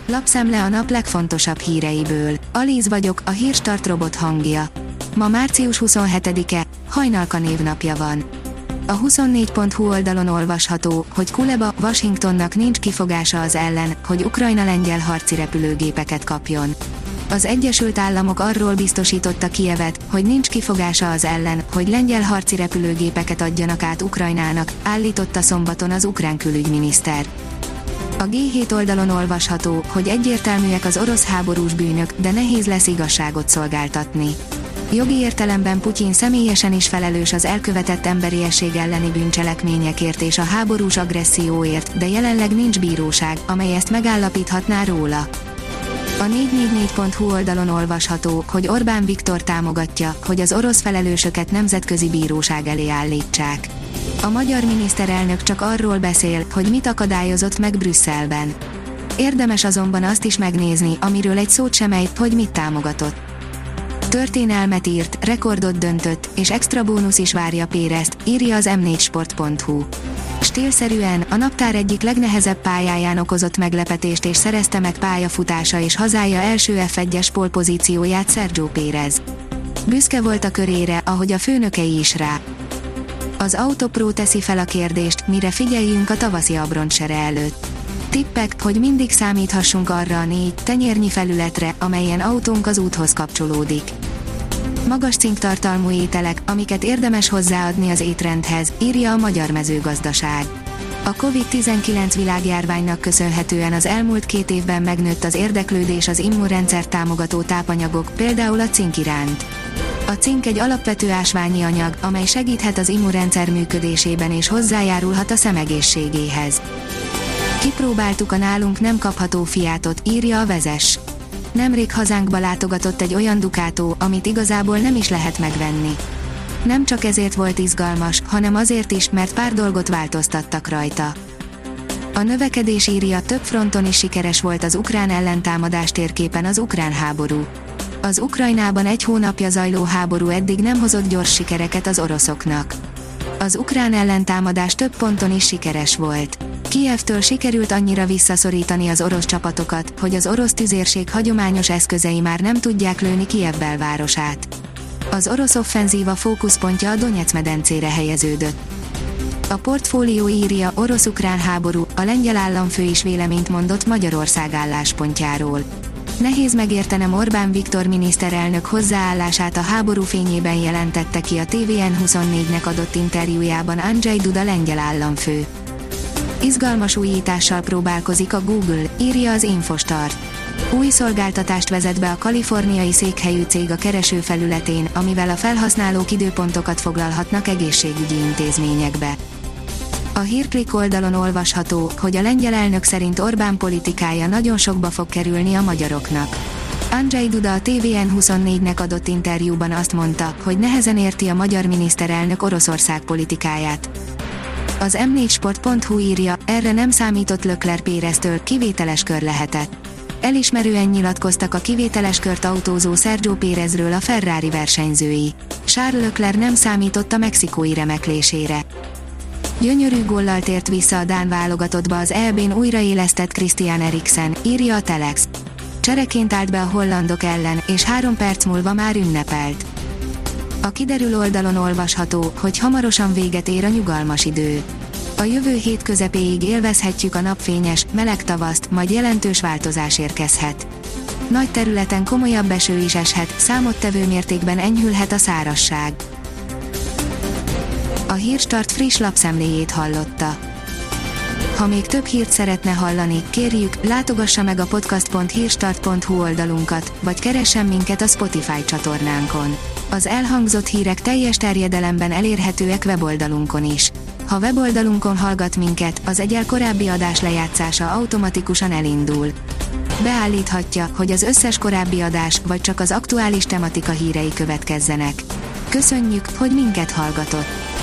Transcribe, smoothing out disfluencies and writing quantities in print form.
Lapszemle a nap legfontosabb híreiből. Alíz vagyok, a Hírstart robot hangja. Ma március 27-e, Hajnalka névnapja van. A 24.hu oldalon olvasható, hogy Kuleba, Washingtonnak nincs kifogása az ellen, hogy Ukrajna lengyel harci repülőgépeket kapjon. Az Egyesült Államok arról biztosította Kijevet, hogy nincs kifogása az ellen, hogy lengyel harci repülőgépeket adjanak át Ukrajnának, állította szombaton az ukrán külügyminiszter. A G7 oldalon olvasható, hogy egyértelműek az orosz háborús bűnök, de nehéz lesz igazságot szolgáltatni. Jogi értelemben Putyin személyesen is felelős az elkövetett emberiesség elleni bűncselekményekért és a háborús agresszióért, de jelenleg nincs bíróság, amely ezt megállapíthatná róla. A 444.hu oldalon olvasható, hogy Orbán Viktor támogatja, hogy az orosz felelősöket nemzetközi bíróság elé állítsák. A magyar miniszterelnök csak arról beszél, hogy mit akadályozott meg Brüsszelben. Érdemes azonban azt is megnézni, amiről egy szót sem ejt, hogy mit támogatott. Történelmet írt, rekordot döntött, és extra bónusz is várja Pérezt, írja az m4sport.hu. Stílszerűen, a naptár egyik legnehezebb pályáján okozott meglepetést és szerezte meg pályafutása és hazája első F1-es pole-pozícióját Sergio Pérez. Büszke volt a körére, ahogy a főnökei is rá. Az Autopro teszi fel a kérdést, mire figyeljünk a tavaszi abroncsere előtt. Tippek, hogy mindig számíthassunk arra a 4 tenyérnyi felületre, amelyen autónk az úthoz kapcsolódik. Magas cinktartalmú ételek, amiket érdemes hozzáadni az étrendhez, írja a Magyar Mezőgazdaság. A COVID-19 világjárványnak köszönhetően az elmúlt 2 évben megnőtt az érdeklődés az immunrendszert támogató tápanyagok, például a cink iránt. A cink egy alapvető ásványi anyag, amely segíthet az immunrendszer működésében és hozzájárulhat a szemegészségéhez. Kipróbáltuk a nálunk nem kapható Fiatot, írja a Vezess. Nemrég hazánkba látogatott egy olyan Ducato, amit igazából nem is lehet megvenni. Nem csak ezért volt izgalmas, hanem azért is, mert pár dolgot változtattak rajta. A növekedés írja, több fronton is sikeres volt az ukrán ellentámadás térképen az ukrán háború. Az Ukrajnában 1 hónapja zajló háború eddig nem hozott gyors sikereket az oroszoknak. Az ukrán ellentámadás több ponton is sikeres volt. Kijevtől sikerült annyira visszaszorítani az orosz csapatokat, hogy az orosz tüzérség hagyományos eszközei már nem tudják lőni Kijev belvárosát. Az orosz offenzíva fókuszpontja a Donec-medencére helyeződött. A Portfólió írja, orosz-ukrán háború, a lengyel államfő is véleményt mondott Magyarország álláspontjáról. Nehéz megértenem Orbán Viktor miniszterelnök hozzáállását, a háború fényében jelentette ki a TVN24-nek adott interjújában Andrzej Duda lengyel államfő. Izgalmas újítással próbálkozik a Google, írja az Infostart. Új szolgáltatást vezet be a kaliforniai székhelyű cég a keresőfelületén, amivel a felhasználók időpontokat foglalhatnak egészségügyi intézményekbe. A Hírklik oldalon olvasható, hogy a lengyel elnök szerint Orbán politikája nagyon sokba fog kerülni a magyaroknak. Andrzej Duda a TVN24-nek adott interjúban azt mondta, hogy nehezen érti a magyar miniszterelnök Oroszország politikáját. Az m4sport.hu írja, erre nem számított Leclerc Péreztől, kivételes kör lehetett. Elismerően nyilatkoztak a kivételes kört autózó Sergio Pérezről a Ferrari versenyzői. Charles Leclerc nem számított a mexikói remeklésére. Gyönyörű góllal tért vissza a dán válogatottba az EB-n újraélesztett Christian Eriksen, írja a Telex. Csereként állt be a hollandok ellen, és 3 perc múlva már ünnepelt. A kiderül oldalon olvasható, hogy hamarosan véget ér a nyugalmas idő. A jövő hét közepéig élvezhetjük a napfényes, meleg tavaszt, majd jelentős változás érkezhet. Nagy területen komolyabb eső is eshet, számottevő mértékben enyhülhet a szárazság. A Hírstart friss lapszemléjét hallotta. Ha még több hírt szeretne hallani, kérjük, látogassa meg a podcast.hírstart.hu oldalunkat, vagy keressen minket a Spotify csatornánkon. Az elhangzott hírek teljes terjedelemben elérhetőek weboldalunkon is. Ha weboldalunkon hallgat minket, az egyel korábbi adás lejátszása automatikusan elindul. Beállíthatja, hogy az összes korábbi adás, vagy csak az aktuális tematika hírei következzenek. Köszönjük, hogy minket hallgatott!